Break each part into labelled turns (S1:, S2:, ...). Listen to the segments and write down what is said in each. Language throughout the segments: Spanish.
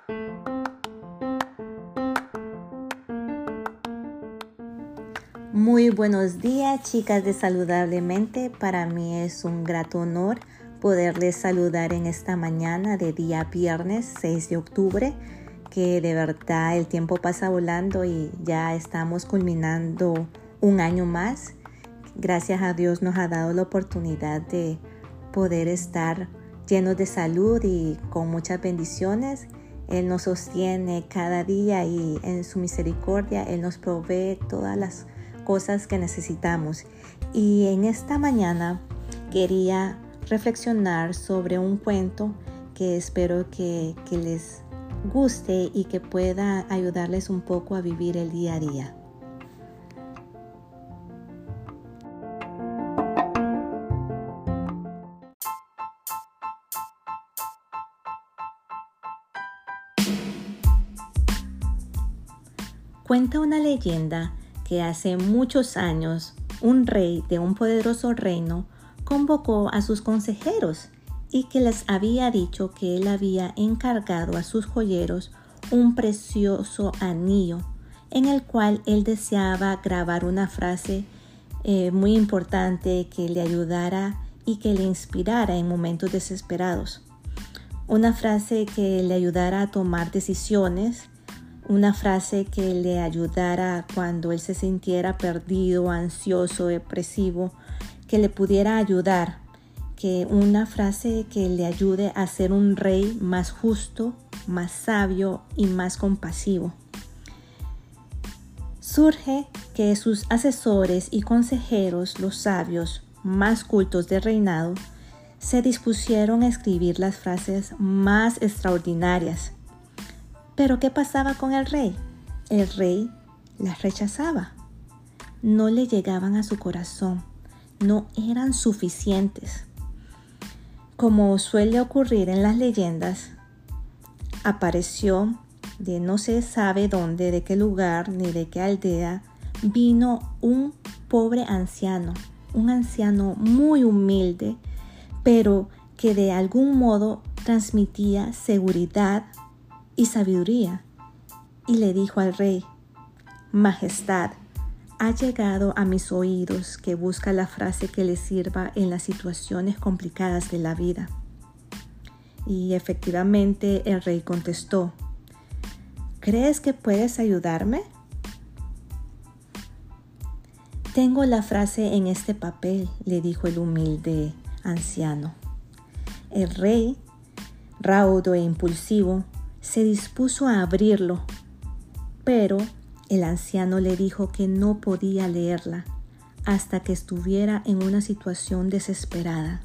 S1: Muy buenos días, chicas de Saludablemente. Para mí es un grato honor poderles saludar en esta mañana de día viernes 6 de octubre, que de verdad el tiempo pasa volando y ya estamos culminando un año más. Gracias a Dios nos ha dado la oportunidad de poder estar llenos de salud y con muchas bendiciones. Él nos sostiene cada día y en su misericordia Él nos provee todas las cosas que necesitamos. Y en esta mañana quería reflexionar sobre un cuento que espero que les guste y que pueda ayudarles un poco a vivir el día a día. Cuenta una leyenda que hace muchos años un rey de un poderoso reino convocó a sus consejeros y que les había dicho que él había encargado a sus joyeros un precioso anillo en el cual él deseaba grabar una frase muy importante que le ayudara y que le inspirara en momentos desesperados. Una frase que le ayudara a tomar decisiones, una frase que le ayudara cuando él se sintiera perdido, ansioso, depresivo, que le pudiera ayudar, que una frase que le ayude a ser un rey más justo, más sabio y más compasivo. Surge que sus asesores y consejeros, los sabios más cultos del reinado, se dispusieron a escribir las frases más extraordinarias. Pero ¿qué pasaba con el rey? El rey las rechazaba. No le llegaban a su corazón. No eran suficientes. Como suele ocurrir en las leyendas, apareció de no se sabe dónde, de qué lugar ni de qué aldea, vino un pobre anciano, un anciano muy humilde, pero que de algún modo transmitía seguridad y sabiduría, y le dijo al rey: Majestad, ha llegado a mis oídos que busca la frase que le sirva en las situaciones complicadas de la vida. Y efectivamente el rey contestó: ¿Crees que puedes ayudarme? Tengo la frase en este papel, le dijo el humilde anciano. El rey, raudo e impulsivo, se dispuso a abrirlo, pero el anciano le dijo que no podía leerla hasta que estuviera en una situación desesperada.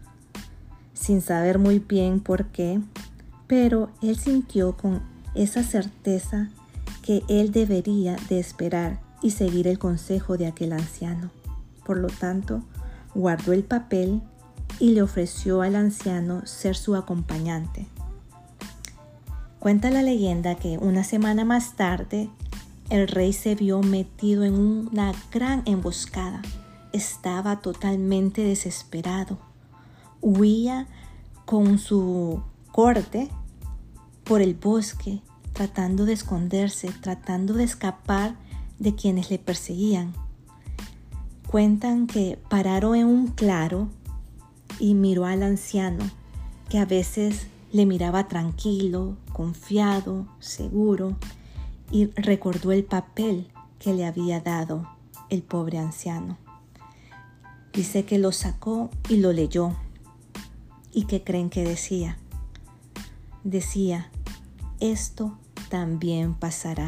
S1: Sin saber muy bien por qué, pero él sintió con esa certeza que él debería de esperar y seguir el consejo de aquel anciano. Por lo tanto, guardó el papel y le ofreció al anciano ser su acompañante. Cuenta la leyenda que una semana más tarde, el rey se vio metido en una gran emboscada. Estaba totalmente desesperado. Huía con su corte por el bosque, tratando de esconderse, tratando de escapar de quienes le perseguían. Cuentan que pararon en un claro y miró al anciano, que a veces le miraba tranquilo, confiado, seguro, y recordó el papel que le había dado el pobre anciano. Dice que lo sacó y lo leyó. ¿Y qué creen que decía? Decía: esto también pasará.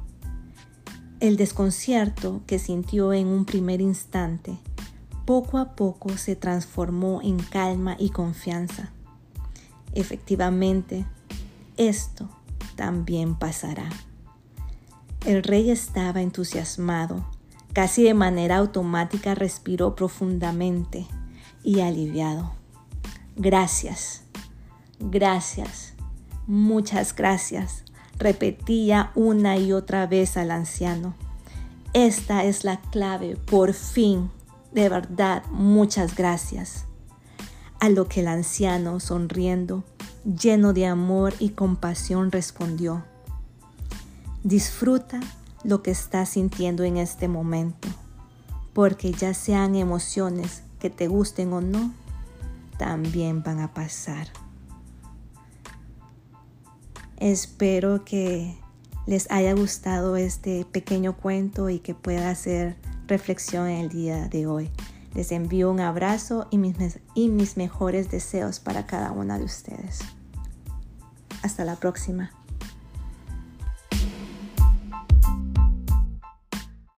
S1: El desconcierto que sintió en un primer instante, poco a poco se transformó en calma y confianza. Efectivamente, esto también pasará. El rey estaba entusiasmado. Casi de manera automática respiró profundamente y aliviado. Gracias, gracias, muchas gracias, repetía una y otra vez al anciano. Esta es la clave, por fin, de verdad, muchas gracias. A lo que el anciano, sonriendo, lleno de amor y compasión, respondió: disfruta lo que estás sintiendo en este momento, porque ya sean emociones que te gusten o no, también van a pasar. Espero que les haya gustado este pequeño cuento y que pueda hacer reflexión en el día de hoy. Les envío un abrazo y mis mejores deseos para cada una de ustedes. Hasta la próxima.